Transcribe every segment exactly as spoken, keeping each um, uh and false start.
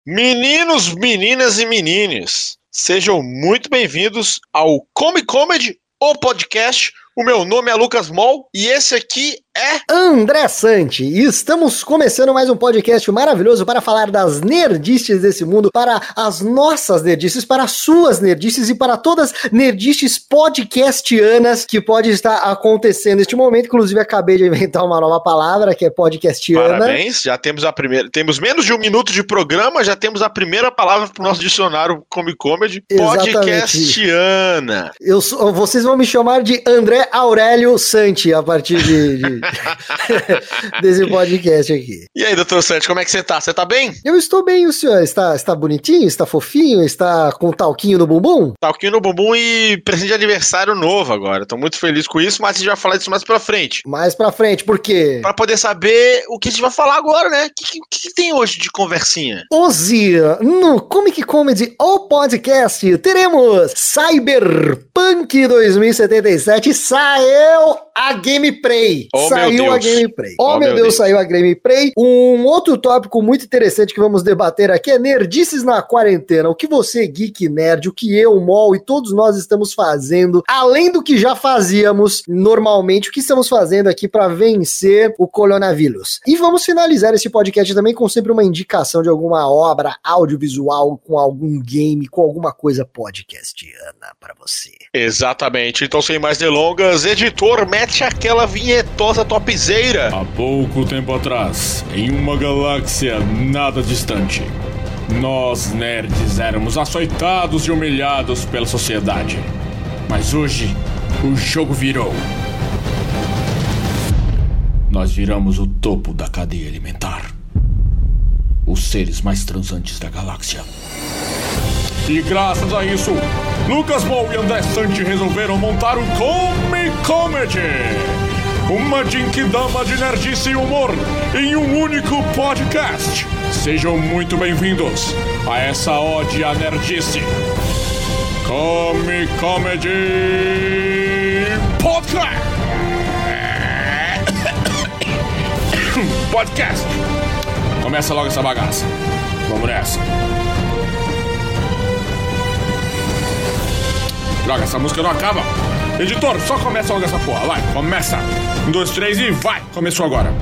Meninos, meninas e menines, sejam muito bem-vindos ao Come Comedy, o podcast. O meu nome é Lucas Moll e esse aqui é André Santi, e estamos começando mais um podcast maravilhoso para falar das nerdices desse mundo, para as nossas nerdices, para as suas nerdices e para todas as nerdices podcastianas que pode estar acontecendo neste momento. Inclusive acabei de inventar uma nova palavra que é podcastiana. Parabéns, já temos a primeira, temos menos de um minuto de programa, já temos a primeira palavra para o nosso dicionário Come Comedy, podcastiana. Eu sou, vocês vão me chamar de André Aurélio Santi a partir de, de desse podcast aqui. E aí, doutor Santi, como é que você tá? Você tá bem? Eu estou bem, o senhor? Está, está bonitinho? Está fofinho? Está com talquinho no bumbum? Talquinho no bumbum e presente de aniversário novo agora. Tô muito feliz com isso, mas a gente vai falar disso mais pra frente. Mais pra frente, por quê? Pra poder saber o que a gente vai falar agora, né? O que, que, que tem hoje de conversinha? Hoje, no Comic Comedy, o podcast, teremos Cyberpunk dois mil e setenta e sete. Saiu a gameplay. Oh, saiu a gameplay. Oh, oh meu Deus, Deus, saiu a gameplay. Um outro tópico muito interessante que vamos debater aqui é nerdices na quarentena. O que você, geek nerd, o que eu, Mol e todos nós estamos fazendo, além do que já fazíamos normalmente, o que estamos fazendo aqui para vencer o coronavírus. E vamos finalizar esse podcast também com sempre uma indicação de alguma obra audiovisual, com algum game, com alguma coisa podcastiana para você. Exatamente. Então, sem mais delongas, editor, mete aquela vinhetosa topzeira. Há pouco tempo atrás, em uma galáxia nada distante, nós nerds éramos açoitados e humilhados pela sociedade. Mas hoje, o jogo virou. Nós viramos o topo da cadeia alimentar. Os seres mais transantes da galáxia. E graças a isso, Lucas Moll e André Santi resolveram montar o Come Comedy, uma genkidama de nerdice e humor em um único podcast. Sejam muito bem-vindos a essa ode à nerdice. Come Comedy Podcast. Podcast. Começa logo essa bagaça. Vamos nessa. Droga, essa música não acaba. Editor, só começa logo essa porra. Vai, começa. Um, dois, três e vai. Começou agora.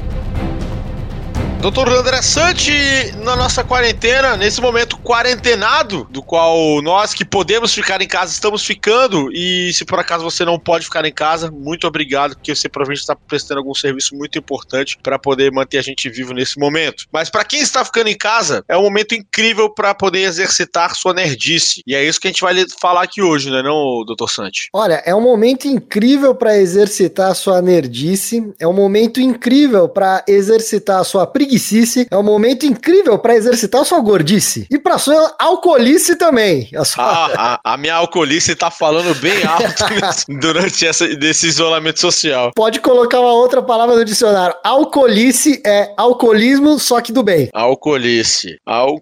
doutor André Santi, na nossa quarentena, nesse momento quarentenado, do qual nós que podemos ficar em casa estamos ficando, e se por acaso você não pode ficar em casa, muito obrigado, porque você provavelmente está prestando algum serviço muito importante para poder manter a gente vivo nesse momento. Mas para quem está ficando em casa, é um momento incrível para poder exercitar sua nerdice, e é isso que a gente vai falar aqui hoje, não é não, doutor Santi? Olha, é um momento incrível para exercitar sua nerdice, é um momento incrível para exercitar a sua preguiça. É um momento incrível para exercitar a sua gordice. E para sua alcoolice também. A, sua... ah, a, a minha alcoolice tá falando bem alto durante essa, desse isolamento social. Pode colocar uma outra palavra no dicionário. Alcoolice é alcoolismo, só que do bem. Alcoolice.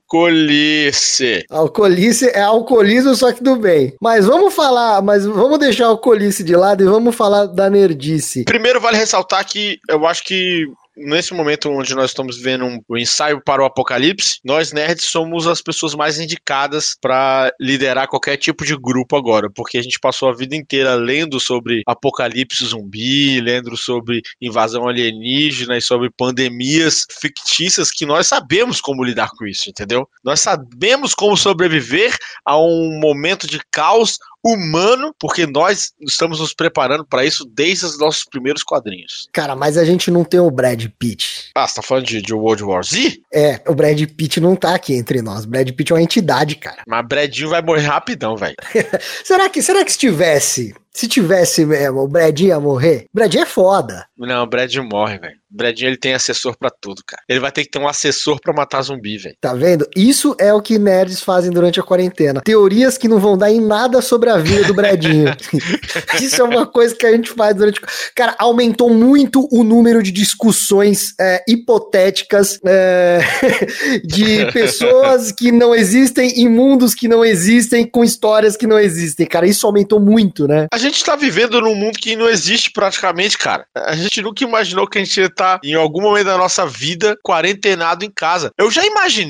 Alcoolice. Alcoolice é alcoolismo, só que do bem. Mas vamos falar, mas vamos deixar a alcoolice de lado e vamos falar da nerdice. Primeiro vale ressaltar que eu acho que nesse momento onde nós estamos vendo um, um ensaio para o apocalipse, nós nerds somos as pessoas mais indicadas para liderar qualquer tipo de grupo agora, porque a gente passou a vida inteira lendo sobre apocalipse zumbi, lendo sobre invasão alienígena e sobre pandemias fictícias que nós sabemos como lidar com isso, entendeu? Nós sabemos como sobreviver a um momento de caos humano, porque nós estamos nos preparando para isso desde os nossos primeiros quadrinhos. Cara, mas a gente não tem o Brad Pitt. Ah, você tá falando de, de World War Z? É, o Brad Pitt não tá aqui entre nós. Brad Pitt é uma entidade, cara. Mas Bradinho vai morrer rapidão, velho. será que, será que se tivesse... Se tivesse mesmo, o Bradinho ia morrer? O Bradinho é foda. Não, o Bradinho morre, velho. O Bradinho, ele tem assessor pra tudo, cara. Ele vai ter que ter um assessor pra matar zumbi, velho. Tá vendo? Isso é o que nerds fazem durante a quarentena. Teorias que não vão dar em nada sobre a vida do Bradinho. Isso é uma coisa que a gente faz durante... Cara, aumentou muito o número de discussões é, hipotéticas é, de pessoas que não existem em mundos que não existem com histórias que não existem. Cara, isso aumentou muito, né? A gente tá vivendo num mundo que não existe praticamente, cara. A gente nunca imaginou que a gente ia estar, em algum momento da nossa vida, quarentenado em casa. Eu já imaginei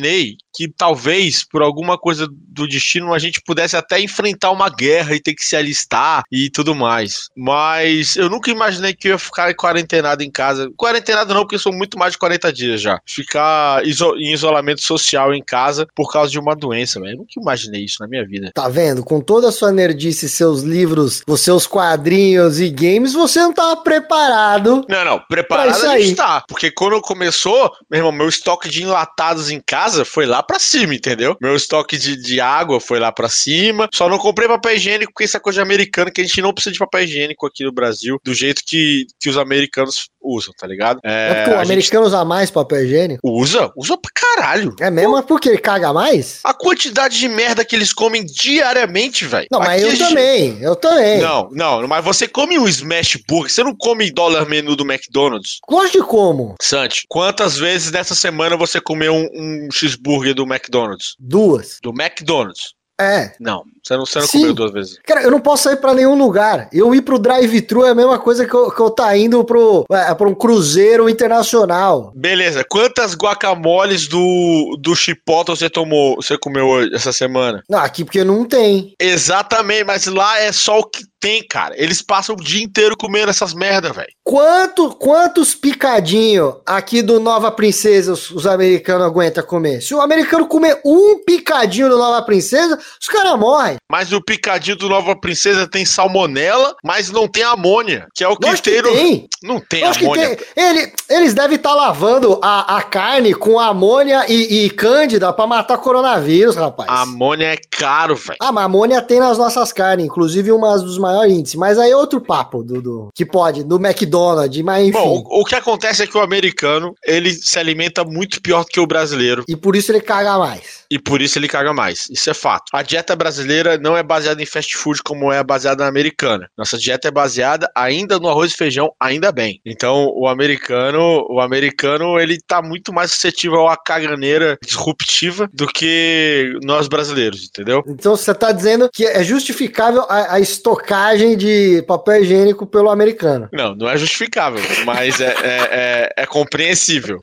que talvez, por alguma coisa do destino, a gente pudesse até enfrentar uma guerra e ter que se alistar e tudo mais. Mas eu nunca imaginei que eu ia ficar quarentenado em casa. Quarentenado não, porque são muito mais de quarenta dias já. Ficar iso- em isolamento social em casa por causa de uma doença, velho. Eu nunca imaginei isso na minha vida. Tá vendo? Com toda a sua nerdice, seus livros, os seus quadrinhos e games, você não tava preparado. Não, não, preparado a gente tá. Porque quando começou, meu irmão, meu estoque de enlatados em casa foi lá pra cima, entendeu? Meu estoque de, de água foi lá pra cima. Só não comprei papel higiênico porque isso é coisa de americano, que a gente não precisa de papel higiênico aqui no Brasil, do jeito que, que os americanos usam, tá ligado? É, é porque o americano gente... usa mais papel higiênico? Usa, usa pra caralho. É mesmo? Mas por que ele caga mais? A quantidade de merda que eles comem diariamente, velho. Não, mas aqui eu gente... também, eu também. Não, não, mas você come um smash burger, você não come dólar menu do McDonald's? Gosto de como? Santi, quantas vezes nessa semana você comeu um, um cheeseburger do McDonald's? Duas. Do McDonald's? É. Não, você não, você não Sim. comeu duas vezes. Cara, eu não posso sair pra nenhum lugar. Eu ir pro drive-thru é a mesma coisa que eu, que eu tá indo pro, é, pra um cruzeiro internacional. Beleza, quantas guacamoles do, do Chipotle você tomou, você comeu hoje, essa semana? Não, aqui porque não tem. Exatamente, mas lá é só o que tem, cara. Eles passam o dia inteiro comendo essas merda, velho. Quanto, quantos picadinhos aqui do Nova Princesa os, os americanos aguentam comer? Se o americano comer um picadinho do Nova Princesa, os caras morrem. Mas o picadinho do Nova Princesa tem salmonela, mas não tem amônia, que é o que Lógico tem. que no... tem. Não tem Lógico amônia. Que tem. Ele, eles devem estar tá lavando a, a carne com amônia e, e cândida pra matar coronavírus, rapaz. A amônia é caro, velho. Ah, mas a amônia tem nas nossas carnes, inclusive uma dos maiores índices. Mas aí é outro papo, do, do que pode, do McDonald's, mas enfim. Bom, o, o que acontece é que o americano, ele se alimenta muito pior do que o brasileiro. E por isso ele caga mais. E por isso ele caga mais. Isso é fato. A dieta brasileira não é baseada em fast food como é baseada na americana. Nossa dieta é baseada ainda no arroz e feijão, ainda bem. Então, o americano, o americano, ele tá muito mais suscetível à caganeira disruptiva do que nós brasileiros, entendeu? Então, você tá dizendo que é justificável a, a estocagem de papel higiênico pelo americano. Não, não é justificável, mas é, é, é, é compreensível.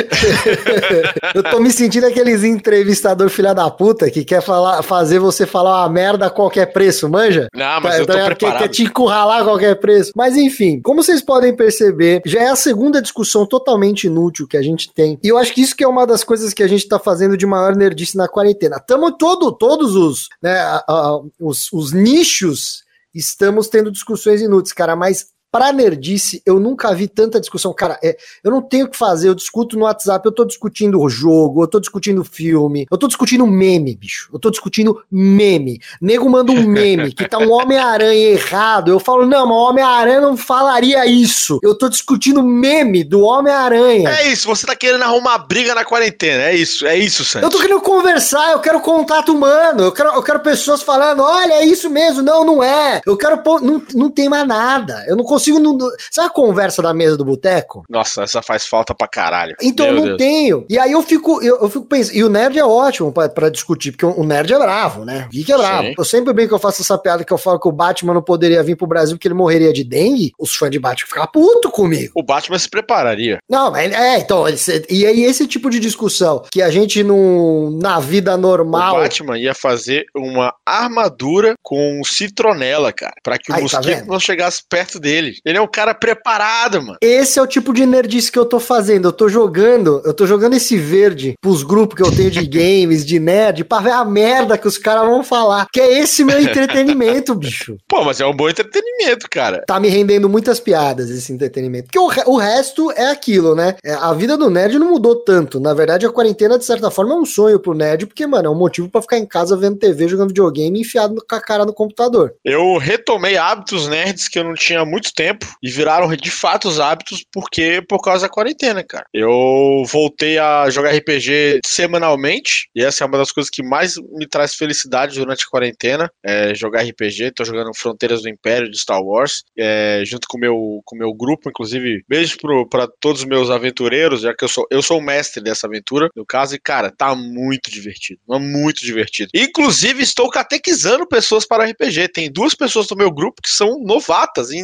Eu tô me sentindo aqueles entrevistador filha da puta que quer falar, fazer você falar uma merda a qualquer preço, manja? Não, mas tá, eu tô tá, preparado. Quer, quer te encurralar a qualquer preço. Mas enfim, como vocês podem perceber, já é a segunda discussão totalmente inútil que a gente tem. E eu acho que isso que é uma das coisas que a gente tá fazendo de maior nerdice na quarentena. Tamo todo, todos os, né, a, a, os, os nichos estamos tendo discussões inúteis, cara, mas pra nerdice, eu nunca vi tanta discussão. Cara, é, eu não tenho o que fazer, eu discuto no WhatsApp, eu tô discutindo o jogo, eu tô discutindo filme, eu tô discutindo meme, bicho. Eu tô discutindo meme. Nego manda um meme que tá um Homem-Aranha errado. Eu falo, não, mas o Homem-Aranha não falaria isso. Eu tô discutindo meme do Homem-Aranha. É isso, você tá querendo arrumar briga na quarentena, é isso, é isso, Santos. Eu tô querendo conversar, eu quero contato humano, eu quero, eu quero pessoas falando, olha, é isso mesmo, não, não é. Eu quero, pôr, não, não tem mais nada. Eu não consigo consigo. Não, sabe a conversa da mesa do boteco? Nossa, essa faz falta pra caralho. Então eu não Deus. tenho. E aí eu fico, eu, eu fico pensando. E o nerd é ótimo pra, pra discutir, porque o nerd é bravo, né? O geek é bravo. Sim. Eu sempre brinco que eu faço essa piada que eu falo que o Batman não poderia vir pro Brasil porque ele morreria de dengue. Os fãs de Batman ficam putos comigo. O Batman se prepararia. Não, mas é, então. Ele, e aí esse tipo de discussão que a gente não. Na vida normal. O Batman ia fazer uma armadura com citronela, cara. Pra que o aí, mosquito tá não chegasse perto dele. Ele é um cara preparado, mano. Esse é o tipo de nerdice que eu tô fazendo. Eu tô jogando, eu tô jogando esse verde pros grupos que eu tenho de games, de nerd, pra ver a merda que os caras vão falar. Que é esse meu entretenimento, bicho. Pô, mas é um bom entretenimento, cara. Tá me rendendo muitas piadas esse entretenimento. Porque o, re- o resto é aquilo, né? É, a vida do nerd não mudou tanto. Na verdade, a quarentena, de certa forma, é um sonho pro nerd, porque, mano, é um motivo pra ficar em casa vendo T V, jogando videogame e enfiado com a cara no computador. Eu retomei hábitos nerds que eu não tinha há muito tempo e viraram de fato os hábitos porque por causa da quarentena, cara. Eu voltei a jogar R P G semanalmente e essa é uma das coisas que mais me traz felicidade durante a quarentena, é jogar R P G. Tô jogando Fronteiras do Império de Star Wars, é, junto com meu, o com meu grupo, inclusive, beijo pro, pra todos os meus aventureiros, já que eu sou, eu sou o mestre dessa aventura, no caso, e cara, tá muito divertido, muito divertido. Inclusive, estou catequizando pessoas para R P G. Tem duas pessoas do meu grupo que são novatas, iniciantes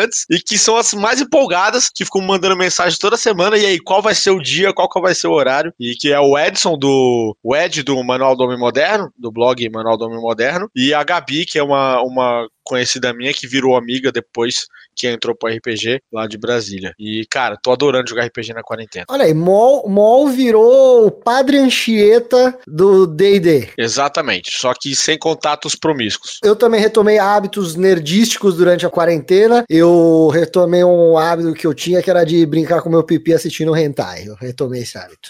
assinantes e que são as mais empolgadas, que ficam mandando mensagem toda semana, e aí, qual vai ser o dia, qual que vai ser o horário, e que é o Edson do, o Ed do Manual do Homem Moderno, do blog Manual do Homem Moderno, e a Gabi, que é uma, uma conhecida minha, que virou amiga depois que entrou pro R P G lá de Brasília. E, cara, tô adorando jogar R P G na quarentena. Olha aí, Mol, Mol virou o Padre Anchieta do D e D. Exatamente, só que sem contatos promíscuos. Eu também retomei hábitos nerdísticos durante a quarentena. Eu retomei um hábito que eu tinha, que era de brincar com meu pipi assistindo hentai. Eu retomei esse hábito.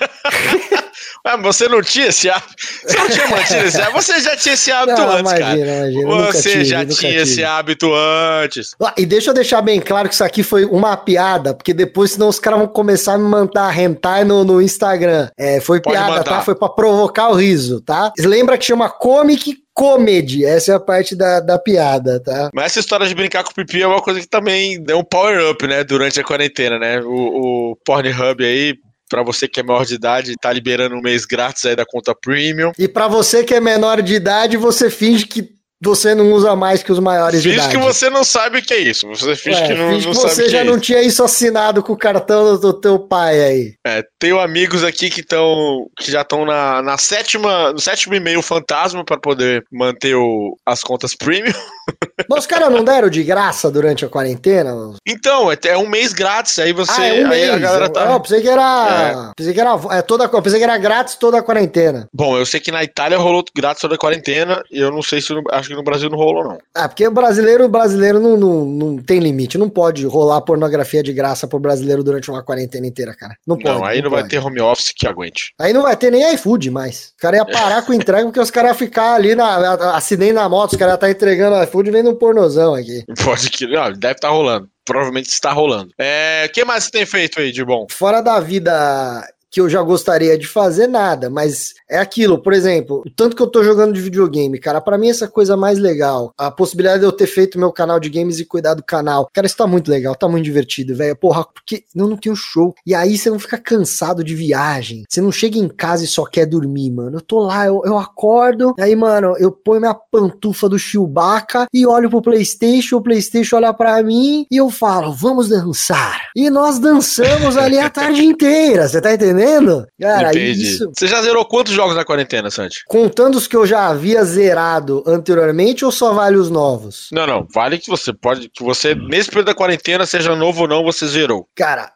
Ah, você não tinha esse hábito? Você não tinha mantido esse hábito? Você já tinha esse hábito não, antes, imagina, cara. Imagina, você tive, já tinha tive. esse hábito antes. Ah, e deixa eu deixar bem claro que isso aqui foi uma piada, porque depois senão os caras vão começar a me mandar hentai no, no Instagram. É, foi Pode piada, mandar. tá? Foi pra provocar o riso, tá? Lembra que chama Comic Comedy, essa é a parte da, da piada, tá? Mas essa história de brincar com o pipi é uma coisa que também deu um power up, né, durante a quarentena, né? O, o Pornhub aí, pra você que é maior de idade, tá liberando um mês grátis aí da conta premium. E pra você que é menor de idade, você finge que você não usa mais que os maiores Finge de idade. que você não sabe o que é isso. Você finge Ué, que não, finge não que sabe você o que já é não isso. tinha isso assinado com o cartão do teu pai aí. É, tenho amigos aqui que estão que já estão na, na sétima, no sétimo e-mail fantasma para poder manter o, as contas premium. Mas os caras não deram de graça durante a quarentena? Então, é, é um mês grátis, aí você. Ah, é um aí mês. a galera tá. Eu pensei que era. É. Pensei que era. É toda, eu pensei que era grátis toda a quarentena. Bom, eu sei que na Itália rolou grátis toda a quarentena, e eu não sei se. No, acho que no Brasil não rolou, não. Ah, porque o brasileiro, o brasileiro não, não, não tem limite. Não pode rolar pornografia de graça pro brasileiro durante uma quarentena inteira, cara. Não pode. Não, aí não, não vai ter home office que aguente. Aí não vai ter nem iFood mais. O cara ia parar com entrega porque os caras iam ficar ali na. Acidente na moto, os caras iam estar entregando iFood e vendo um pornozão aqui. Pode que. Não, deve estar rolando. Provavelmente está rolando. É, o que mais você tem feito aí de bom? Fora da vida que eu já gostaria de fazer, nada, mas é aquilo, por exemplo, o tanto que eu tô jogando de videogame, cara, pra mim essa coisa mais legal, a possibilidade de eu ter feito meu canal de games e cuidar do canal, cara, isso tá muito legal, tá muito divertido, velho, porra, porque eu não tenho show, e aí você não fica cansado de viagem, você não chega em casa e só quer dormir, mano, eu tô lá, eu, eu acordo, aí, mano, eu ponho minha pantufa do Chewbacca e olho pro PlayStation, o PlayStation olha pra mim e eu falo, vamos dançar, e nós dançamos ali a tarde inteira, você tá entendendo? Cara, Entendi. isso... Você já zerou quantos jogos na quarentena, Santi? Contando os que eu já havia zerado anteriormente ou só vale os novos? Não, não. Vale que você pode... Que você, nesse período da quarentena, seja novo ou não, você zerou. Cara...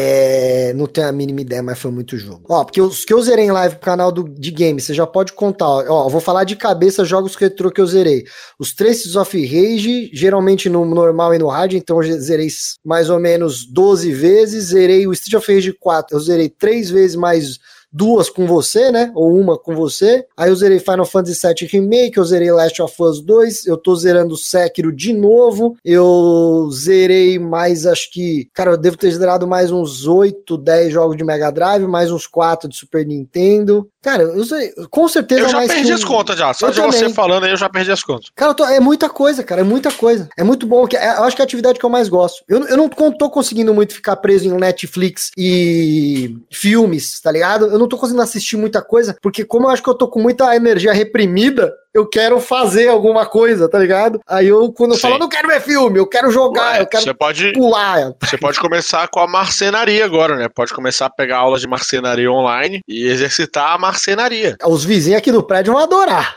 É, não tenho a mínima ideia, mas foi muito jogo. Ó, porque os que eu zerei em live pro canal do, de games, você já pode contar. Ó, ó, eu vou falar de cabeça jogos retrô que eu zerei. Os Traces of Rage, geralmente no normal e no hard, então eu zerei mais ou menos doze vezes. Zerei o Street of Rage quatro, eu zerei três vezes mais... duas com você, né? Ou uma com você. Aí eu zerei Final Fantasy sete Remake, eu zerei Last of Us dois, eu tô zerando Sekiro de novo, eu zerei mais, acho que, cara, eu devo ter zerado mais uns oito, dez jogos de Mega Drive, mais uns quatro de Super Nintendo. Cara, eu zerei, com certeza eu já mais perdi que... as contas já, só eu de também. você falando aí eu já perdi as contas. Cara, eu tô... é muita coisa, cara, é muita coisa. É muito bom, eu acho que é a atividade que eu mais gosto. Eu, eu não tô conseguindo muito ficar preso em Netflix e filmes, tá ligado? Eu não tô conseguindo assistir muita coisa, porque como eu acho que eu tô com muita energia reprimida, eu quero fazer alguma coisa, tá ligado? Aí eu, quando eu Sim. falo, eu não quero ver filme, eu quero jogar, Ué, eu quero você pode, pular. Você pode começar com a marcenaria agora, né? Pode começar a pegar aulas de marcenaria online e exercitar a marcenaria. Os vizinhos aqui do prédio vão adorar.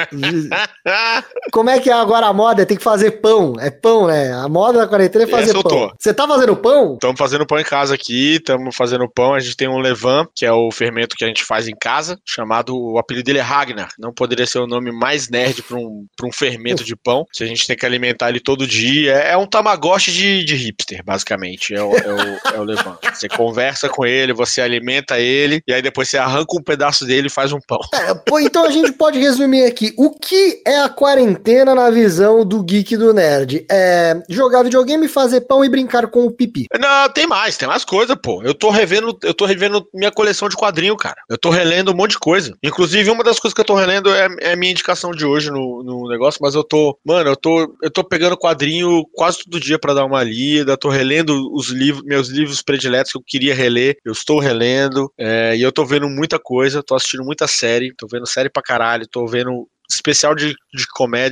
Como é que é agora a moda? Tem que fazer pão. É pão, né? A moda da quarentena é fazer Essa eu pão. tô. Você tá fazendo pão? Estamos fazendo pão em casa aqui, estamos fazendo pão. A gente tem um levain, que é o fermento que a gente faz em casa, chamado, o apelido dele é Ragnar. Não poderia ser o nome mais nerd para um, pra um fermento de pão, que a gente tem que alimentar ele todo dia. É, é um tamagotchi de, de hipster, basicamente. É o, é, o, é o levain. Você conversa com ele, você alimenta ele, e aí depois você arranca um pedaço dele e faz um pão. É, pô, então a gente pode resumir aqui. O que é a quarentena na visão do geek e do nerd? É jogar videogame, fazer pão e brincar com o pipi. Não, tem mais, tem mais coisa, pô. Eu tô revendo, eu tô revendo minha coleção de quadrinho, cara. Eu tô relendo um monte de coisa. Inclusive, uma das coisas que eu tô relendo é, é a minha indicação de hoje no, no negócio, mas eu tô, mano, eu tô, eu tô pegando quadrinho quase todo dia pra dar uma lida, tô relendo os livros, meus livros prediletos que eu queria reler, eu estou relendo, é, e eu tô vendo muita coisa, tô assistindo muita série, tô vendo série pra caralho, tô vendo especial de, de comédia.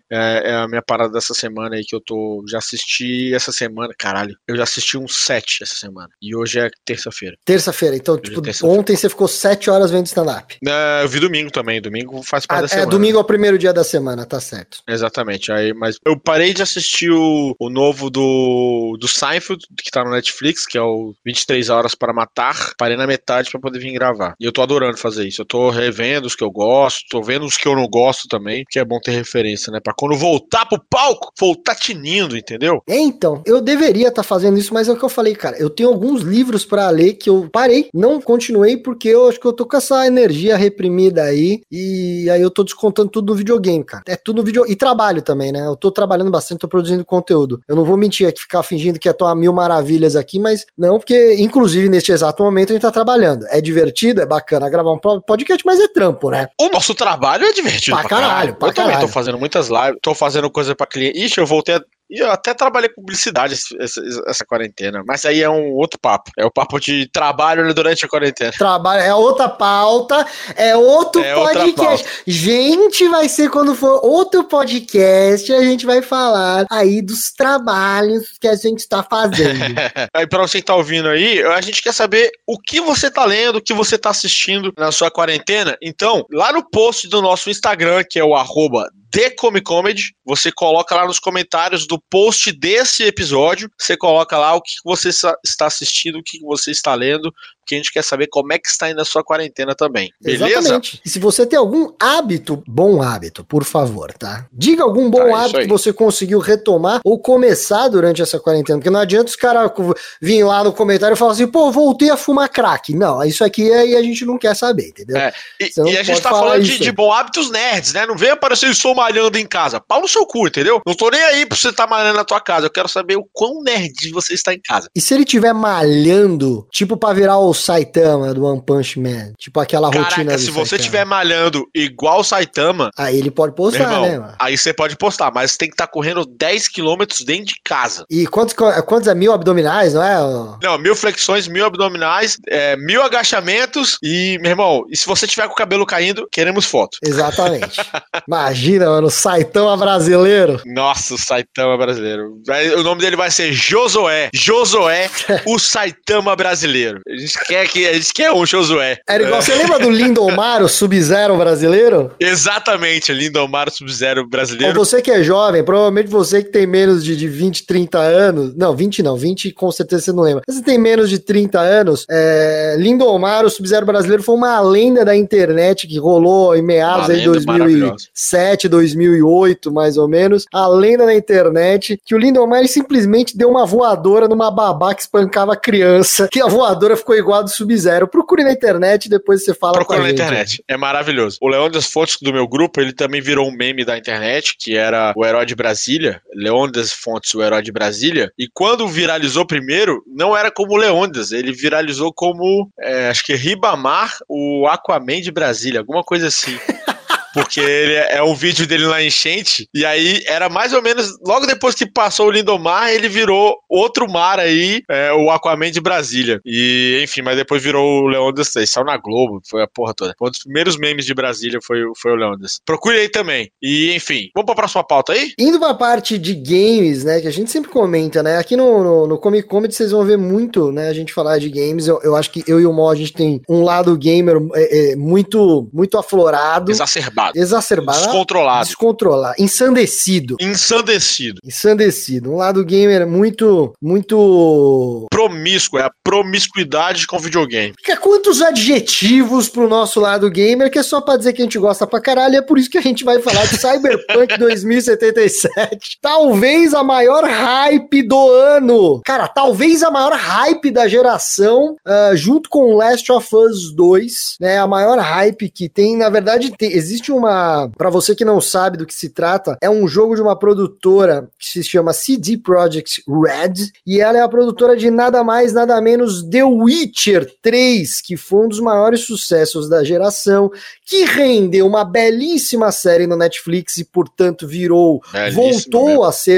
é, é a minha parada dessa semana aí que eu tô, já assisti essa semana, caralho, eu já assisti uns sete essa semana, e hoje é terça-feira. Terça-feira, então, tipo, ontem você ficou sete horas vendo stand-up. É, eu vi domingo também, domingo faz parte ah, da semana. É, domingo é o primeiro dia da semana, tá certo. Exatamente, aí, mas eu parei de assistir o, o novo do, do Seinfeld, que tá no Netflix, que é o vinte e três horas para matar, parei na metade pra poder vir gravar, e eu tô adorando fazer isso, eu tô revendo os que eu gosto, tô vendo os que eu não gosto também, que é bom ter referência, né, pra quando voltar pro palco, voltar tinindo, entendeu? É, então, eu deveria estar tá fazendo isso, mas é o que eu falei, cara, eu tenho alguns livros pra ler que eu parei, não continuei, porque eu acho que eu tô com essa energia reprimida aí, e aí eu tô descontando tudo no videogame, cara, é tudo no videogame, e trabalho também, né, eu tô trabalhando bastante, tô produzindo conteúdo, eu não vou mentir aqui, ficar fingindo que é tô a mil maravilhas aqui, mas não, porque inclusive neste exato momento a gente tá trabalhando, é divertido, é bacana gravar um podcast, mas é trampo, né? O nosso trabalho é divertido pra, pra caralho, caralho. Pra eu caralho. também tô fazendo muitas lives, tô fazendo coisa pra cliente. Ixi, eu voltei a... E eu até trabalhei com publicidade essa, essa quarentena, mas aí é um outro papo. É o papo de trabalho durante a quarentena. Trabalho, é outra pauta, é outro é podcast. Gente, vai ser quando for outro podcast, a gente vai falar aí dos trabalhos que a gente está fazendo. Aí pra você que tá ouvindo aí, a gente quer saber o que você tá lendo, o que você tá assistindo na sua quarentena. Então, lá no post do nosso Instagram, que é o arroba TheComicComedy, você coloca lá nos comentários do post desse episódio, você coloca lá o que você está assistindo, o que você está lendo, porque a gente quer saber como é que está indo a sua quarentena também, beleza? Exatamente. E se você tem algum hábito, bom hábito, por favor, tá? Diga algum bom tá, hábito que você conseguiu retomar ou começar durante essa quarentena, porque não adianta os caras virem lá no comentário e falar assim, pô, voltei a fumar crack. Não, isso aqui aí a gente não quer saber, entendeu? É. E, e a gente tá falando de, de bom hábitos nerds, né? Não vem aparecer eu sou malhando em casa. Pau no seu cu, entendeu? Não tô nem aí pra você estar tá malhando na tua casa. Eu quero saber o quão nerd você está em casa. E se ele estiver malhando, tipo pra virar o Saitama do One Punch Man, tipo aquela Caraca, rotina do se Saitama. você estiver malhando igual o Saitama, aí ele pode postar, irmão, né, mano? Aí você pode postar, mas você tem que estar tá correndo dez quilômetros dentro de casa. E quantos, quantos é? Mil abdominais, não é? Não, mil flexões, mil abdominais, é, mil agachamentos e, meu irmão, e se você tiver com o cabelo caindo, queremos foto. Exatamente. Imagina, mano, o Saitama brasileiro. Nossa, o Saitama brasileiro. O nome dele vai ser Josué. Josué, o Saitama brasileiro. A gente quer que a gente quer um Josué. Era igual, é. Você lembra do Lindomar, o Sub-Zero brasileiro? Exatamente, o Lindomar, o Sub-Zero brasileiro. Ou você que é jovem, provavelmente você que tem menos de, de vinte, trinta anos. Não, vinte não, vinte com certeza você não lembra. Você tem menos de trinta anos. É, Lindomar, o Sub-Zero brasileiro, foi uma lenda da internet que rolou em meados de dois mil e sete, dois mil e oito, mais ou menos. A lenda na internet que o Lindomar simplesmente deu uma voadora numa babá que espancava criança, que a voadora ficou igual a do Sub-Zero. Procure na internet e depois você fala Procure com a gente. Procure na internet, é maravilhoso. O Leônidas Fontes do meu grupo, ele também virou um meme da internet, que era o herói de Brasília, Leônidas Fontes, o herói de Brasília, e quando viralizou primeiro, não era como o Leônidas, ele viralizou como, é, acho que Ribamar, o Aquaman de Brasília, alguma coisa assim. Porque ele é, é um vídeo dele na enchente, e aí era mais ou menos, logo depois que passou o Lindomar, ele virou outro mar aí, é, o Aquaman de Brasília. E, enfim, mas depois virou o Leônidas, saiu na Globo, foi a porra toda. Foi um dos primeiros memes de Brasília, foi, foi o Leônidas. Procure aí também. E, enfim, vamos pra próxima pauta aí? Indo pra parte de games, né, que a gente sempre comenta, né, aqui no, no, no Comic Comedy vocês vão ver muito, né, a gente falar de games. Eu, eu acho que eu e o Mo, a gente tem um lado gamer é, é, muito, muito aflorado. Exacerbado. Exacerbado. Descontrolado. Descontrolado. Ensandecido. Ensandecido. Ensandecido. Um lado gamer muito, muito... promíscuo. É a promiscuidade com videogame. Fica quantos adjetivos pro nosso lado gamer que é só pra dizer que a gente gosta pra caralho. É por isso que a gente vai falar de Cyberpunk dois mil e setenta e sete. Talvez a maior hype do ano. Cara, talvez a maior hype da geração, uh, junto com Last of Us dois, né? A maior hype que tem, na verdade, tem, existe uma, pra você que não sabe do que se trata, é um jogo de uma produtora que se chama C D Projekt Red, e ela é a produtora de nada mais, nada menos The Witcher três, que foi um dos maiores sucessos da geração, que rendeu uma belíssima série no Netflix e, portanto, virou, Belíssimo voltou mesmo. a ser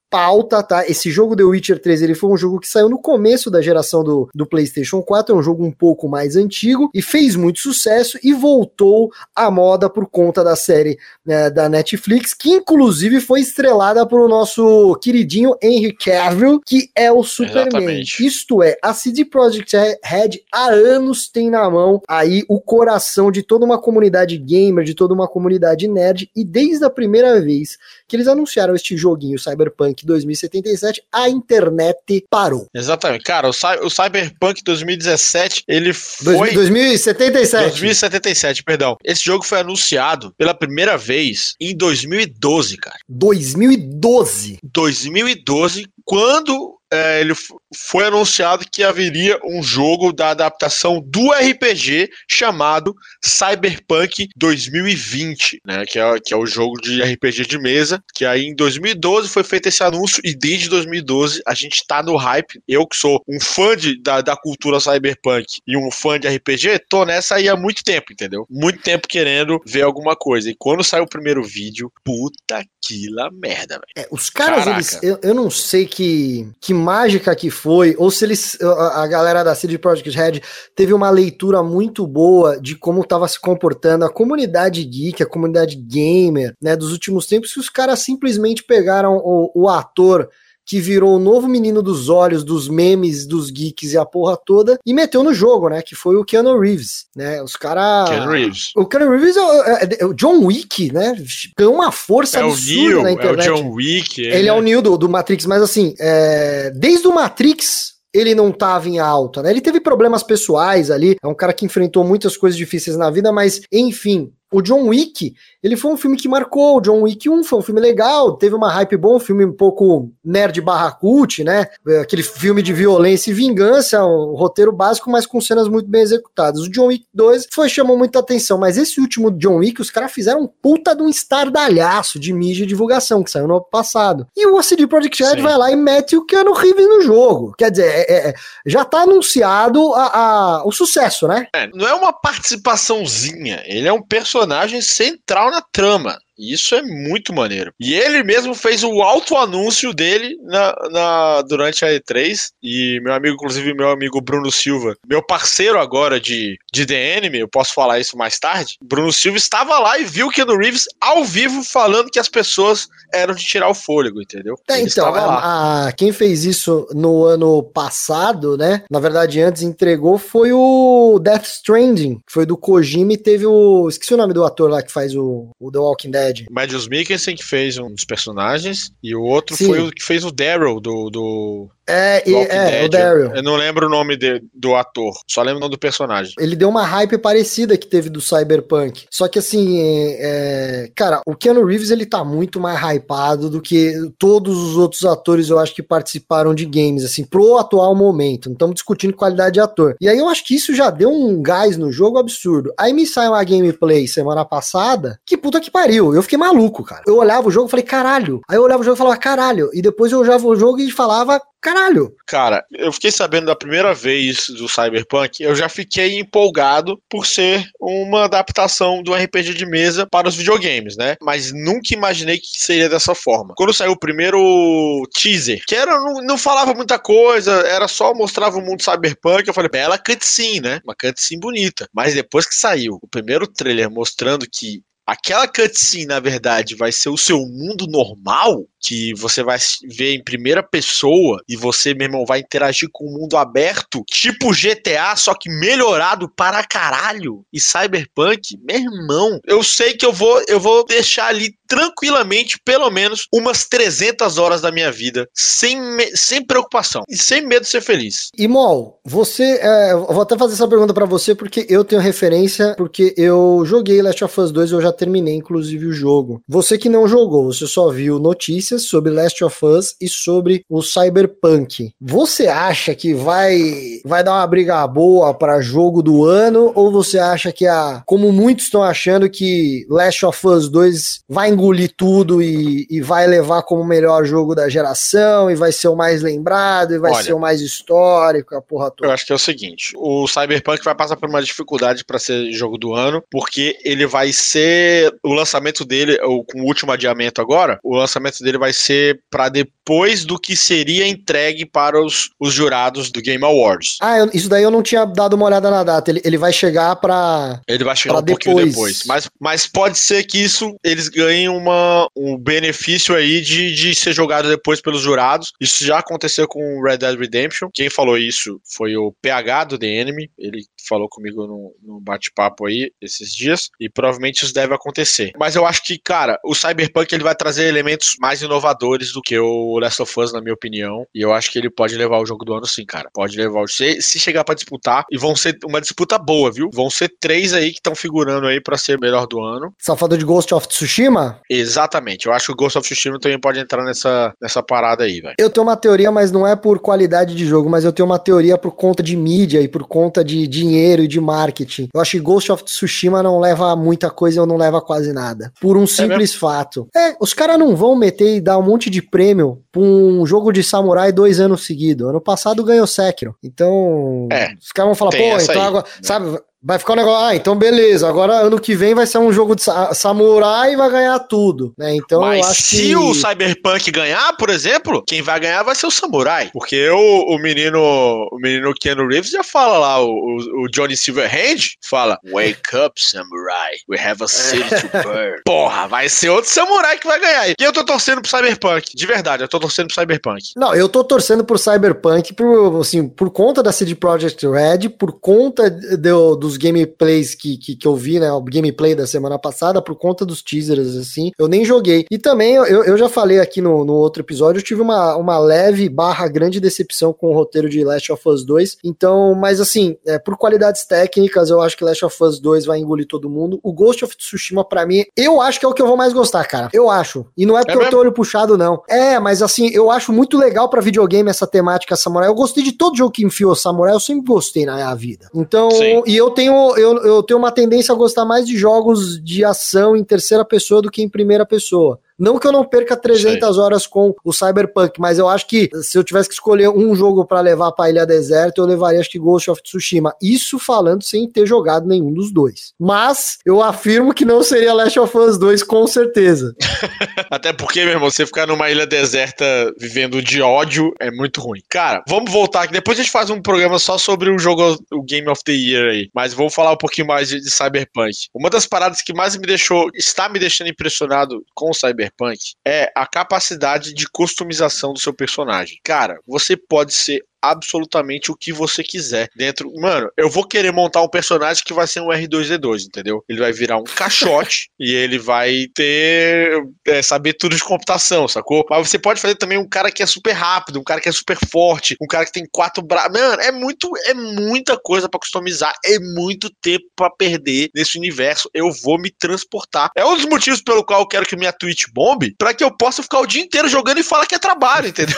pauta, tá? Esse jogo The Witcher três, ele foi um jogo que saiu no começo da geração do, do PlayStation quatro, é um jogo um pouco mais antigo e fez muito sucesso e voltou à moda por conta da série, né, da Netflix, que inclusive foi estrelada por o nosso queridinho Henry Cavill, que é o Superman. Exatamente. Isto é, a C D Projekt Red há anos tem na mão aí o coração de toda uma comunidade gamer, de toda uma comunidade nerd, e desde a primeira vez que eles anunciaram este joguinho Cyberpunk dois mil e setenta e sete, a internet parou. Exatamente. Cara, o, Cy- o Cyberpunk dois mil e dezessete, ele foi... dois mil e setenta e sete. dois mil e setenta e sete, perdão. Esse jogo foi anunciado pela primeira vez em dois mil e doze, cara. dois mil e doze? dois mil e doze, quando... É, ele f- foi anunciado que haveria um jogo da adaptação do R P G chamado Cyberpunk dois mil e vinte, né, que é, que é o jogo de R P G de mesa, que aí em dois mil e doze foi feito esse anúncio e desde dois mil e doze a gente tá no hype. Eu que sou um fã de, da, da cultura Cyberpunk e um fã de R P G, tô nessa aí há muito tempo, entendeu? Muito tempo querendo ver alguma coisa. E quando saiu o primeiro vídeo, puta que la merda, velho. É, os caras, eles, eu, eu não sei que, que mágica que foi, ou se eles, a, a galera da C D Projekt Red teve uma leitura muito boa de como estava se comportando a comunidade geek, a comunidade gamer, né, dos últimos tempos, que os caras simplesmente pegaram o, o ator que virou o novo menino dos olhos, dos memes, dos geeks e a porra toda, e meteu no jogo, né, que foi o Keanu Reeves, né, os caras... Keanu Reeves. O Keanu Reeves é o, é, é o John Wick, né, ganhou uma força é absurda o Neo, na internet. É o John Wick. Ele é, é o Neo do, do Matrix, mas assim, é, desde o Matrix... ele não tava em alta, né, ele teve problemas pessoais ali, é um cara que enfrentou muitas coisas difíceis na vida, mas, enfim... O John Wick, ele foi um filme que marcou, o John Wick um foi um filme legal, teve uma hype bom, um filme um pouco nerd barra cult, né, aquele filme de violência e vingança, um roteiro básico, mas com cenas muito bem executadas. O John Wick dois foi, chamou muita atenção, mas esse último John Wick, os caras fizeram um puta de um estardalhaço de mídia e divulgação, que saiu no ano passado. E o C D Projekt Red vai lá e mete o Keanu Reeves no jogo. Quer dizer, é, é, já tá anunciado a, a, o sucesso, né? É, não é uma participaçãozinha, ele é um personagem personagem central na trama. Isso é muito maneiro. E ele mesmo fez o auto-anúncio dele na, na, durante a E três. E meu amigo, inclusive meu amigo Bruno Silva, meu parceiro agora de, de The Anime, eu posso falar isso mais tarde, Bruno Silva estava lá e viu o Keanu Reeves ao vivo falando que as pessoas eram de tirar o fôlego, entendeu? É, então, a, a, quem fez isso no ano passado, né, na verdade antes entregou, foi o Death Stranding, que foi do Kojima e teve o... esqueci o nome do ator lá que faz o, o The Walking Dead. Mads Mikkelsen, que fez um dos personagens, e o outro Sim. foi o que fez o Daryl do... do... É, e, é o Daryl. Eu não lembro o nome de, do ator, só lembro o nome do personagem. Ele deu uma hype parecida que teve do Cyberpunk. Só que assim, é, cara, o Keanu Reeves, ele tá muito mais hypado do que todos os outros atores, eu acho, que participaram de games, assim, pro atual momento. Não estamos discutindo qualidade de ator. E aí eu acho que isso já deu um gás no jogo absurdo. Aí me saiu uma gameplay semana passada, que puta que pariu. Eu fiquei maluco, cara. Eu olhava o jogo e falei, caralho. Aí eu olhava o jogo e falava, caralho. E depois eu olhava o jogo e falava... Caralho! Cara, eu fiquei sabendo da primeira vez do Cyberpunk, eu já fiquei empolgado por ser uma adaptação do R P G de mesa para os videogames, né? Mas nunca imaginei que seria dessa forma. Quando saiu o primeiro teaser, que era, não, não falava muita coisa, era só mostrava o mundo Cyberpunk, eu falei, bela cutscene, né? Uma cutscene bonita. Mas depois que saiu o primeiro trailer mostrando que aquela cutscene, na verdade, vai ser o seu mundo normal, que você vai ver em primeira pessoa e você, meu irmão, vai interagir com o mundo aberto, tipo G T A, só que melhorado para caralho. E Cyberpunk, meu irmão, eu sei que eu vou, eu vou deixar ali tranquilamente, pelo menos, umas trezentas horas da minha vida, sem, sem preocupação e sem medo de ser feliz. E Mol, você, é, eu vou até fazer essa pergunta pra você, porque eu tenho referência, porque eu joguei Last of Us dois, eu já terminei, inclusive, o jogo. Você que não jogou, você só viu notícias sobre Last of Us e sobre o Cyberpunk. Você acha que vai, vai dar uma briga boa pra jogo do ano, ou você acha que, a, como muitos estão achando, que Last of Us dois vai engolir tudo e, e vai levar como o melhor jogo da geração, e vai ser o mais lembrado, e vai Olha, ser o mais histórico, a porra toda. Eu acho que é o seguinte, o Cyberpunk vai passar por uma dificuldade para ser jogo do ano, porque ele vai ser, o lançamento dele, ou com o último adiamento agora, o lançamento dele vai ser para depois do que seria entregue para os, os jurados do Game Awards. Ah, eu, isso daí eu não tinha dado uma olhada na data, ele, ele vai chegar pra... Ele vai chegar pra um pouquinho depois, mas, mas pode ser que isso, eles ganhem uma, um benefício aí de, de ser jogado depois pelos jurados. Isso já aconteceu com Red Dead Redemption, quem falou isso foi o P H do The Enemy, ele falou comigo no, no bate-papo aí esses dias, e provavelmente isso deve acontecer. Mas eu acho que, cara, o Cyberpunk ele vai trazer elementos mais inovadores do que o Last of Us, na minha opinião, e eu acho que ele pode levar o jogo do ano sim, cara. Pode levar o... Se, se chegar pra disputar, e vão ser uma disputa boa, viu? Vão ser três aí que estão figurando aí pra ser melhor do ano. Você tá falando de Ghost of Tsushima? Exatamente, eu acho que o Ghost of Tsushima também pode entrar nessa, nessa parada aí, velho. Eu tenho uma teoria, mas não é por qualidade de jogo, mas eu tenho uma teoria por conta de mídia e por conta de dinheiro e de marketing. Eu acho que Ghost of Tsushima não leva muita coisa ou não leva quase nada. Por um simples é fato. É, os caras não vão meter e dar um monte de prêmio pra um jogo de samurai dois anos seguidos. Ano passado ganhou Sekiro. Então, é, os caras vão falar, pô, então aí, agora, né? sabe... Vai ficar um negócio, ah, então beleza, agora ano que vem vai ser um jogo de sa- samurai e vai ganhar tudo, né? Então Mas eu acho se que... o Cyberpunk ganhar, por exemplo, quem vai ganhar vai ser o Samurai. Porque o, o menino o menino Keanu Reeves já fala lá, o, o, o Johnny Silverhand fala, wake up, Samurai, we have a city to burn. Porra, vai ser outro Samurai que vai ganhar. E eu tô torcendo pro Cyberpunk, de verdade, eu tô torcendo pro Cyberpunk. Não, eu tô torcendo pro Cyberpunk por, assim, por conta da C D Projekt Red, por conta do, dos gameplays que, que, que eu vi, né, o gameplay da semana passada, por conta dos teasers, assim, eu nem joguei. E também, eu, eu já falei aqui no, no outro episódio, eu tive uma, uma leve barra grande decepção com o roteiro de Last of Us dois, então, mas assim, é, por qualidades técnicas, eu acho que Last of Us dois vai engolir todo mundo. O Ghost of Tsushima, pra mim, eu acho que é o que eu vou mais gostar, cara. Eu acho. E não é porque é eu tô olho puxado, não. É, mas assim, eu acho muito legal pra videogame essa temática samurai. Eu gostei de todo jogo que enfiou samurai, eu sempre gostei na minha vida. Então, sim. E eu tenho, eu, eu tenho uma tendência a gostar mais de jogos de ação em terceira pessoa do que em primeira pessoa. Não que eu não perca trezentas horas com o Cyberpunk, mas eu acho que se eu tivesse que escolher um jogo pra levar pra Ilha Deserta, eu levaria acho que Ghost of Tsushima. Isso falando sem ter jogado nenhum dos dois. Mas eu afirmo que não seria Last of Us dois com certeza. Até porque, meu irmão, você ficar numa ilha deserta vivendo de ódio é muito ruim. Cara, vamos voltar aqui. Depois a gente faz um programa só sobre o jogo, o Game of the Year aí. Mas vou falar um pouquinho mais de, de Cyberpunk. Uma das paradas que mais me deixou, está me deixando impressionado com o Cyberpunk é a capacidade de customização do seu personagem. Cara, você pode ser absolutamente o que você quiser dentro. Mano, eu vou querer montar um personagem que vai ser um R dois D dois, entendeu? Ele vai virar um caixote e ele vai ter é, saber tudo de computação, sacou? Mas você pode fazer também um cara que é super rápido, um cara que é super forte, um cara que tem quatro braços. Mano, é muito, é muita coisa pra customizar, é muito tempo pra perder nesse universo. Eu vou me transportar. É um dos motivos pelo qual eu quero que minha Twitch bombe, pra que eu possa ficar o dia inteiro jogando e falar que é trabalho, entendeu?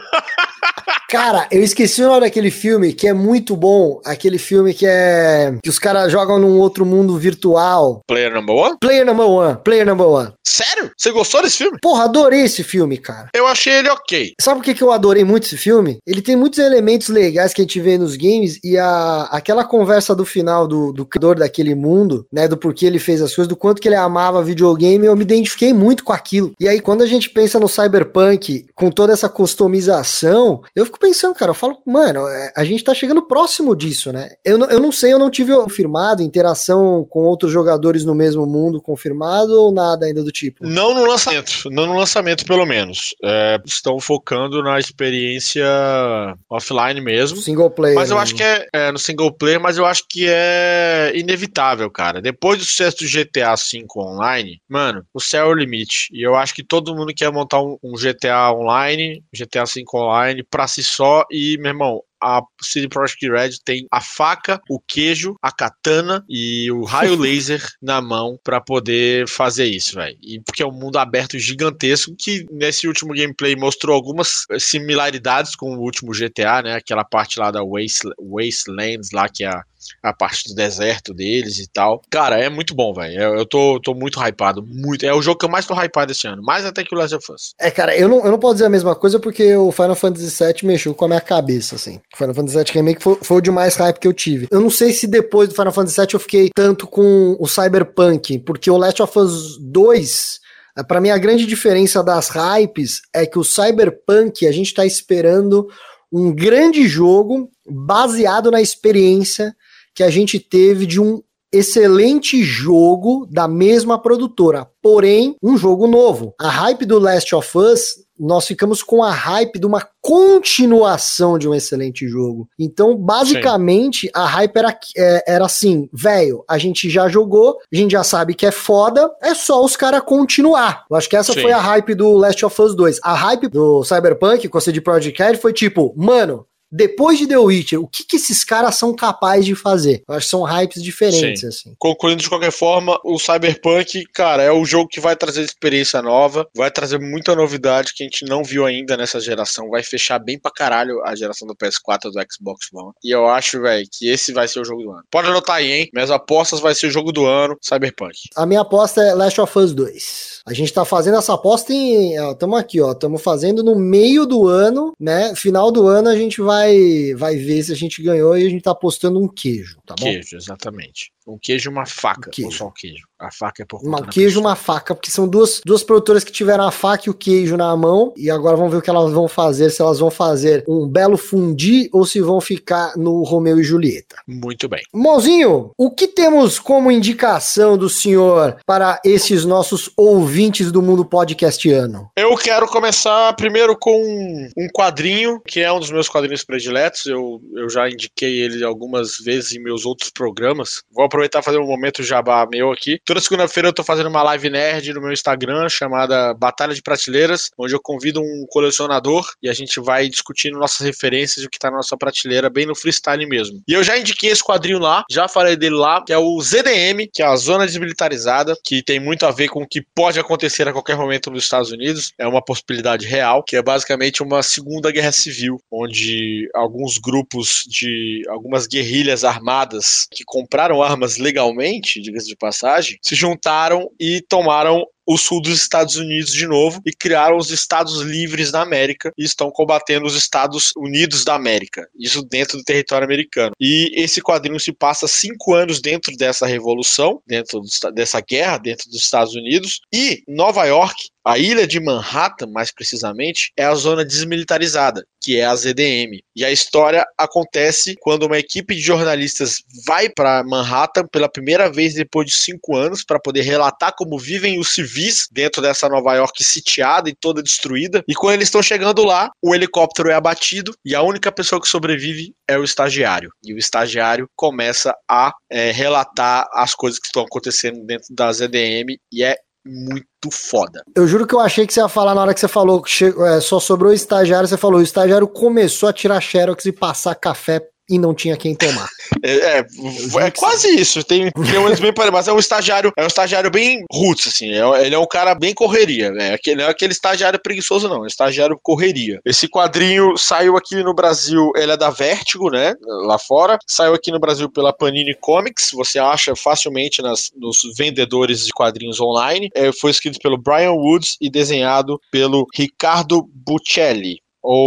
Cara, eu esqueci o nome daquele filme que é muito bom. Aquele filme que é... que os caras jogam num outro mundo virtual. Player Number One? Player Number One. Player Number One. Sério? Você gostou desse filme? Porra, adorei esse filme, cara. Eu achei ele ok. Sabe por que, que eu adorei muito esse filme? Ele tem muitos elementos legais que a gente vê nos games e a, aquela conversa do final do, do criador daquele mundo, né, do porquê ele fez as coisas, do quanto que ele amava videogame, eu me identifiquei muito com aquilo. E aí, quando a gente pensa no Cyberpunk, com toda essa customização, eu fico pensando, cara, eu falo, mano, a gente tá chegando próximo disso, né? Eu, eu não sei, eu não tive confirmado interação com outros jogadores no mesmo mundo confirmado ou nada ainda do tipo? Não no lançamento, não no lançamento pelo menos. É, estão focando na experiência offline mesmo. Single player. Mas eu mesmo. acho que é, é no single player, mas eu acho que é inevitável, cara. Depois do sucesso do G T A cinco online, mano, o céu é o limite. E eu acho que todo mundo quer montar um, um G T A online, G T A cinco online, pra si só. E, meu irmão, a C D Projekt Red tem a faca, o queijo, a katana e o raio laser na mão pra poder fazer isso, velho. E porque é um mundo aberto gigantesco que nesse último gameplay mostrou algumas similaridades com o último G T A, né? Aquela parte lá da Waste, Wastelands lá que a a parte do deserto deles e tal. Cara, é muito bom, velho. Eu, eu tô, tô muito hypado, muito. É o jogo que eu mais tô hypado esse ano, mais até que o Last of Us. É, cara, eu não, eu não posso dizer a mesma coisa porque o Final Fantasy sete mexeu com a minha cabeça, assim. O Final Fantasy sete Remake foi, foi o de mais hype que eu tive. Eu não sei se depois do Final Fantasy sete eu fiquei tanto com o Cyberpunk, porque o Last of Us dois... Pra mim, a grande diferença das hypes é que o Cyberpunk, a gente tá esperando um grande jogo baseado na experiência que a gente teve de um excelente jogo da mesma produtora, porém, um jogo novo. A hype do Last of Us, nós ficamos com a hype de uma continuação de um excelente jogo. Então, basicamente, Sim. a hype era, era assim, velho, a gente já jogou, a gente já sabe que é foda, é só os caras continuar. Eu acho que essa Sim. foi a hype do Last of Us dois. A hype do Cyberpunk, com a C D Projekt Red, foi tipo, mano, depois de The Witcher, o que, que esses caras são capazes de fazer? Eu acho que são hypes diferentes, Sim. assim. Concluindo de qualquer forma, o Cyberpunk, cara, é o jogo que vai trazer experiência nova, vai trazer muita novidade que a gente não viu ainda nessa geração, vai fechar bem pra caralho a geração do P S quatro e do Xbox One. E eu acho, velho, que esse vai ser o jogo do ano. Pode anotar aí, hein? Minhas apostas vai ser o jogo do ano, Cyberpunk. A minha aposta é Last of Us dois. A gente tá fazendo essa aposta em... Ó, tamo aqui, ó. Tamo fazendo no meio do ano, né? Final do ano a gente vai Vai, vai ver se a gente ganhou e a gente tá apostando um queijo, tá bom? Queijo, exatamente. Um queijo e uma faca, um queijo. ou só um queijo. A faca é por conta Um queijo e uma faca, porque são duas, duas produtoras que tiveram a faca e o queijo na mão, e agora vamos ver o que elas vão fazer, se elas vão fazer um belo fundi ou se vão ficar no Romeu e Julieta. Muito bem. Mãozinho, o que temos como indicação do senhor para esses nossos ouvintes do mundo podcastiano? Eu quero começar primeiro com um quadrinho, que é um dos meus quadrinhos prediletos, eu, eu já indiquei ele algumas vezes em meus outros programas. Vou aproveitar e fazer um momento jabá meu aqui. Toda segunda-feira eu tô fazendo uma live nerd no meu Instagram, chamada Batalha de Prateleiras, onde eu convido um colecionador e a gente vai discutindo nossas referências e o que tá na nossa prateleira, bem no freestyle mesmo. E eu já indiquei esse quadrinho lá, já falei dele lá, que é o Z D M, que é a Zona Desmilitarizada, que tem muito a ver com o que pode acontecer a qualquer momento nos Estados Unidos. É uma possibilidade real, que é basicamente uma segunda guerra civil, onde alguns grupos de algumas guerrilhas armadas que compraram armas legalmente, diga-se de passagem, se juntaram e tomaram o sul dos Estados Unidos de novo e criaram os Estados Livres da América e estão combatendo os Estados Unidos da América, isso dentro do território americano. E esse quadrinho se passa cinco anos dentro dessa revolução, dentro do, dessa guerra dentro dos Estados Unidos, e Nova York, a ilha de Manhattan, mais precisamente, é a zona desmilitarizada, que é a Z D M. E a história acontece quando uma equipe de jornalistas vai para Manhattan pela primeira vez depois de cinco anos para poder relatar como vivem os civis dentro dessa Nova York sitiada e toda destruída. E quando eles estão chegando lá, o helicóptero é abatido e a única pessoa que sobrevive é o estagiário. E o estagiário começa a é, relatar as coisas que estão acontecendo dentro da Z D M e é muito foda. Eu juro que eu achei que você ia falar na hora que você falou que che... é, só sobrou o estagiário, você falou, o estagiário começou a tirar xerox e passar café e não tinha quem tomar. É, é, é quase isso. Tem, tem um bem parecido, mas é um estagiário, é um estagiário bem roots, assim. É, ele é um cara bem correria, né? Aquele, não é aquele estagiário preguiçoso, não. É um estagiário correria. Esse quadrinho saiu aqui no Brasil, ele é da Vertigo, né? Lá fora. Saiu aqui no Brasil pela Panini Comics. Você acha facilmente nas, nos vendedores de quadrinhos online. É, foi escrito pelo Brian Woods e desenhado pelo Riccardo Buccelli.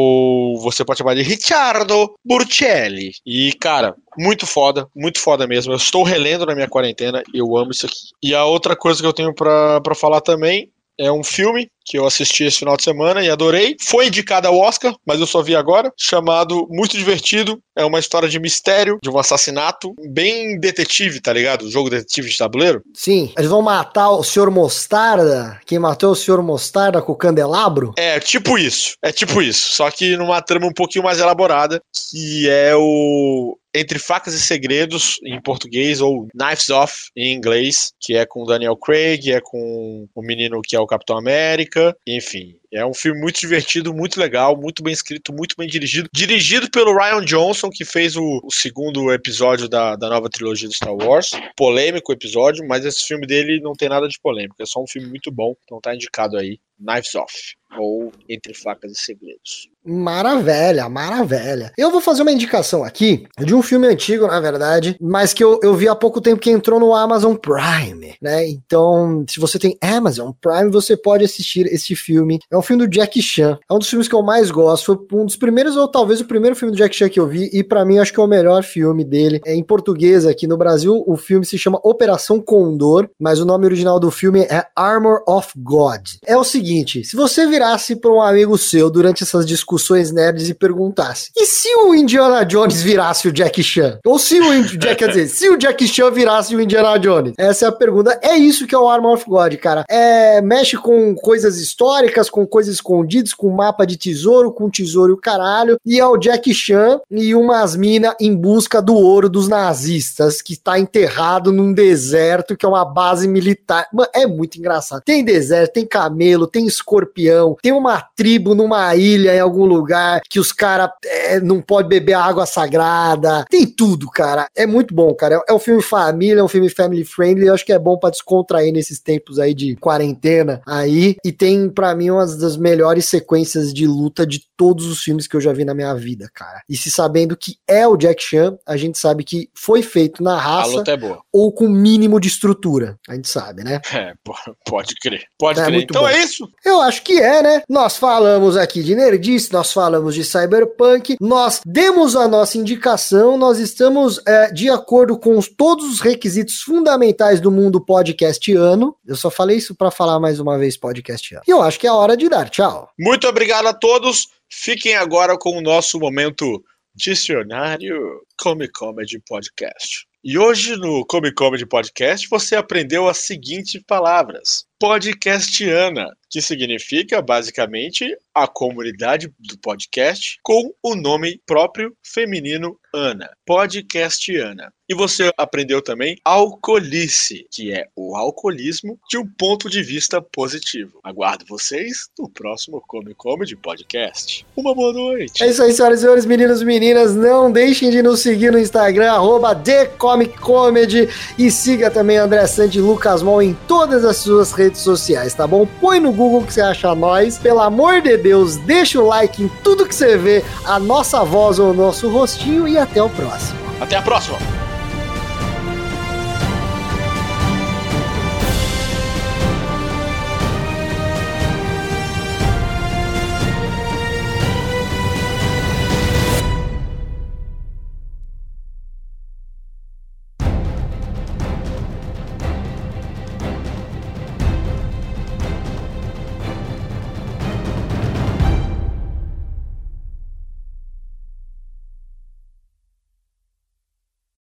Ou você pode chamar de Riccardo Burcelli. E, cara, muito foda, muito foda mesmo. Eu estou relendo na minha quarentena, eu amo isso aqui. E a outra coisa que eu tenho pra, pra falar também é um filme que eu assisti esse final de semana e adorei. Foi indicado ao Oscar, mas eu só vi agora, chamado Muito Divertido. É uma história de mistério, de um assassinato, bem detetive, tá ligado? O jogo detetive de tabuleiro. Sim, eles vão matar o senhor Mostarda, quem matou o senhor Mostarda com o candelabro? É, tipo isso, é tipo isso, só que numa trama um pouquinho mais elaborada, que é o Entre Facas e Segredos, em português, ou Knives Off, em inglês, que é com Daniel Craig, é com o menino que é o Capitão América, enfim. É um filme muito divertido, muito legal, muito bem escrito, muito bem dirigido. Dirigido pelo Rian Johnson, que fez o, o segundo episódio da, da nova trilogia do Star Wars. Polêmico episódio, mas esse filme dele não tem nada de polêmico. É só um filme muito bom, então tá indicado aí. Knives Off, ou Entre Facas e Segredos. Maravilha, maravilha. Eu vou fazer uma indicação aqui de um filme antigo, na verdade, mas que eu, eu vi há pouco tempo que entrou no Amazon Prime, né? Então, se você tem Amazon Prime, você pode assistir esse filme. É um filme do Jackie Chan. É um dos filmes que eu mais gosto. Foi um dos primeiros, ou talvez o primeiro filme do Jackie Chan que eu vi, e pra mim acho que é o melhor filme dele. É em português aqui no Brasil, o filme se chama Operação Condor, mas o nome original do filme é Armor of God. É o seguinte, se você virasse pra um amigo seu durante essas discussões nerds e perguntasse: e se o Indiana Jones virasse o Jackie Chan? Ou se o Jack, quer dizer, se o Jackie Chan virasse o Indiana Jones? Essa é a pergunta. É isso que é o Armor of God, cara. É, mexe com coisas históricas, com coisas escondidas, com mapa de tesouro, com tesouro e o caralho. E é o Jackie Chan e umas minas em busca do ouro dos nazistas, que tá enterrado num deserto, que é uma base militar. Mano, é muito engraçado. Tem deserto, tem camelo, tem escorpião, tem uma tribo numa ilha em algum lugar que os caras é, não podem beber água sagrada. Tem tudo, cara. É muito bom, cara. É um filme família, é um filme family friendly. Eu acho que é bom pra descontrair nesses tempos aí de quarentena aí. E tem, pra mim, uma das melhores sequências de luta de todos os filmes que eu já vi na minha vida, cara. E se sabendo que é o Jack Chan, a gente sabe que foi feito na raça. A luta é boa. Ou com mínimo de estrutura. A gente sabe, né? É, pode crer. Pode é, crer. Então bom. É isso? Eu acho que é, né? Nós falamos aqui de nerdice, nós falamos de cyberpunk, nós demos a nossa indicação, nós estamos é, de acordo com todos os requisitos fundamentais do mundo podcastiano. Eu só falei isso pra falar mais uma vez podcastiano. E eu acho que é a hora de dar tchau. Muito obrigado a todos. Fiquem agora com o nosso momento Dicionário Comic Comedy Podcast. E hoje no Comic Comedy Podcast você aprendeu as seguintes palavras: podcastiana, que significa basicamente a comunidade do podcast com o nome próprio feminino Ana, podcastiana. E você aprendeu também alcoolice, que é o alcoolismo de um ponto de vista positivo. Aguardo vocês no próximo Comic Comedy Podcast. Uma boa noite. É isso aí, senhoras e senhores, meninos e meninas. Não deixem de nos seguir no Instagram, arroba TheComicComedy, e siga também André Sante e Lucas Mol em todas as suas redes sociais, tá bom? Põe no Google que você acha nós. Pelo amor de Deus, deixa o like em tudo que você vê, a nossa voz ou o nosso rostinho, e até o próximo. Até a próxima!